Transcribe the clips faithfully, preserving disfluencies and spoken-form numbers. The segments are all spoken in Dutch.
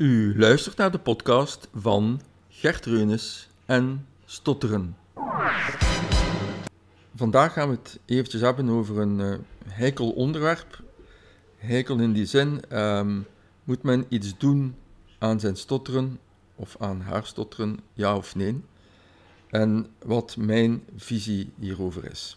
U luistert naar de podcast van Gert Reunis en Stotteren. Vandaag gaan we het eventjes hebben over een uh, heikel onderwerp. Heikel in die zin, um, moet men iets doen aan zijn stotteren of aan haar stotteren, ja of nee? En wat mijn visie hierover is.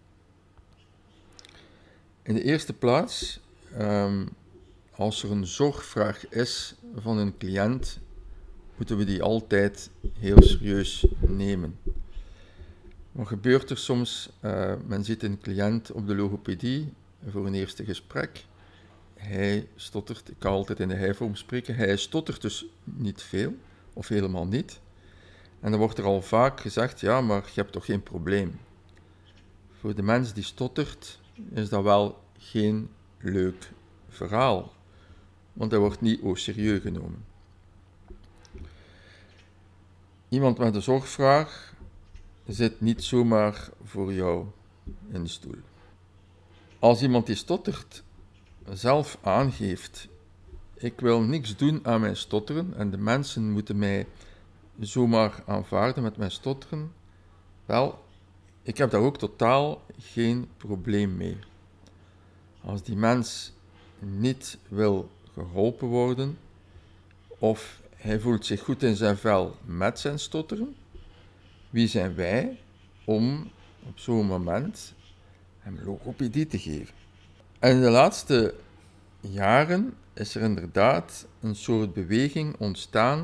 In de eerste plaats, um, als er een zorgvraag is van een cliënt, moeten we die altijd heel serieus nemen. Wat gebeurt er soms? Uh, men ziet een cliënt op de logopedie voor een eerste gesprek. Hij stottert, ik kan altijd in de hij-vorm spreken, hij stottert dus niet veel, of helemaal niet. En dan wordt er al vaak gezegd, ja, maar je hebt toch geen probleem. Voor de mens die stottert, is dat wel geen leuk verhaal, want hij wordt niet au serieus genomen. Iemand met een zorgvraag zit niet zomaar voor jou in de stoel. Als iemand die stottert zelf aangeeft, ik wil niks doen aan mijn stotteren en de mensen moeten mij zomaar aanvaarden met mijn stotteren, wel, ik heb daar ook totaal geen probleem mee. Als die mens niet wil geholpen worden, of hij voelt zich goed in zijn vel met zijn stotteren, wie zijn wij om op zo'n moment hem logopedie te geven? En in de laatste jaren is er inderdaad een soort beweging ontstaan,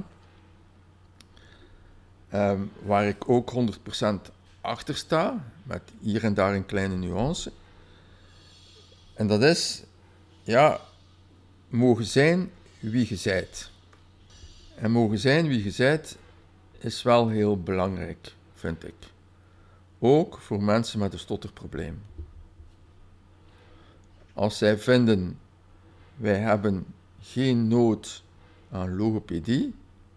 eh, waar ik ook honderd procent achter sta, met hier en daar een kleine nuance. En dat is, ja, mogen zijn wie je zijt. En mogen zijn wie je zijt is wel heel belangrijk, vind ik. Ook voor mensen met een stotterprobleem. Als zij vinden, wij hebben geen nood aan logopedie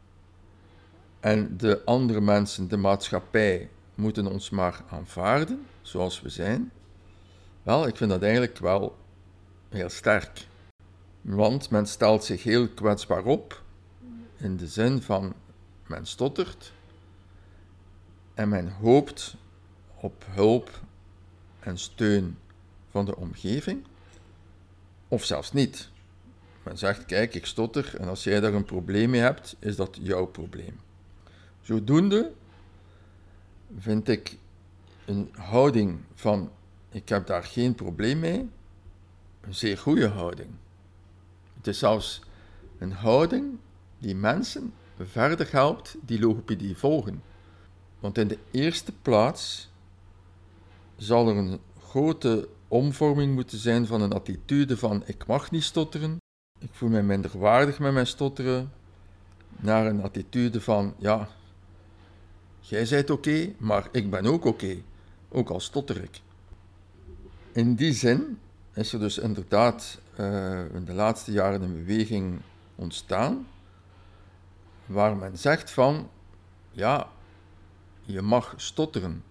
en de andere mensen, de maatschappij, moeten ons maar aanvaarden, zoals we zijn, wel, ik vind dat eigenlijk wel heel sterk. Want men stelt zich heel kwetsbaar op, in de zin van, men stottert en men hoopt op hulp en steun van de omgeving, of zelfs niet. Men zegt, kijk, ik stotter en als jij daar een probleem mee hebt, is dat jouw probleem. Zodoende vind ik een houding van, ik heb daar geen probleem mee, een zeer goede houding. Het is zelfs een houding die mensen verder helpt die logopedie volgen. Want in de eerste plaats zal er een grote omvorming moeten zijn van een attitude van ik mag niet stotteren, ik voel mij minderwaardig met mijn stotteren, naar een attitude van ja, jij bent oké, maar ik ben ook oké, ook al stotter ik. In die zin is er dus inderdaad uh, in de laatste jaren een beweging ontstaan, waar men zegt van, ja, je mag stotteren.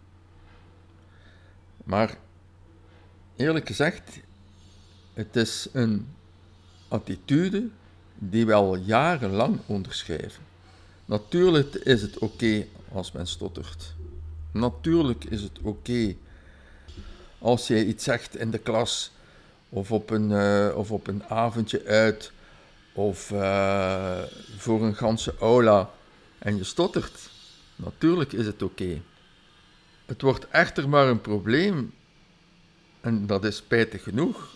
Maar eerlijk gezegd, het is een attitude die we al jarenlang onderschrijven. Natuurlijk is het oké als men stottert. Natuurlijk is het oké als jij iets zegt in de klas, of op een, uh, of op een avondje uit, of uh, voor een ganse aula, en je stottert. Natuurlijk is het oké. Het wordt echter maar een probleem, en dat is spijtig genoeg.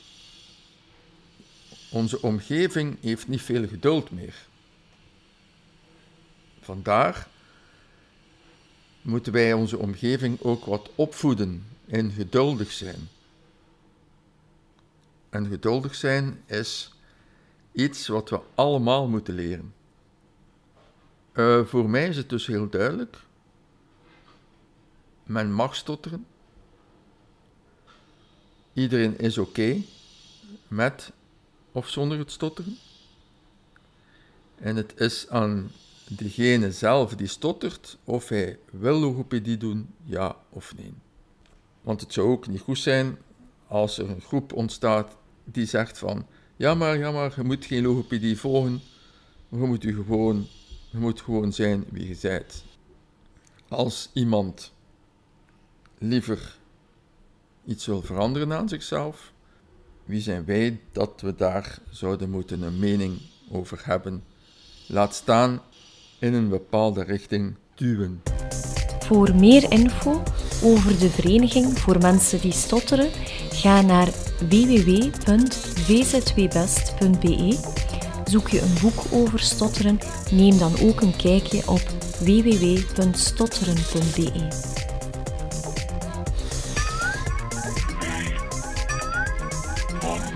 Onze omgeving heeft niet veel geduld meer. Vandaar moeten wij onze omgeving ook wat opvoeden in geduldig zijn. En geduldig zijn is iets wat we allemaal moeten leren. Uh, voor mij is het dus heel duidelijk. Men mag stotteren. Iedereen is oké okay met of zonder het stotteren. En het is aan degene zelf die stottert of hij wil logopedie doen, ja of nee. Want het zou ook niet goed zijn als er een groep ontstaat die zegt van ja maar, ja maar, je moet geen logopedie volgen, je moet, je gewoon, je moet gewoon zijn wie je bent. Als iemand liever iets wil veranderen aan zichzelf, wie zijn wij dat we daar zouden moeten een mening over hebben? Laat staan in een bepaalde richting duwen. Voor meer info over de Vereniging voor Mensen die Stotteren, ga naar w w w punt v z w best punt b e. Zoek je een boek over stotteren, neem dan ook een kijkje op w w w punt stotteren punt b e.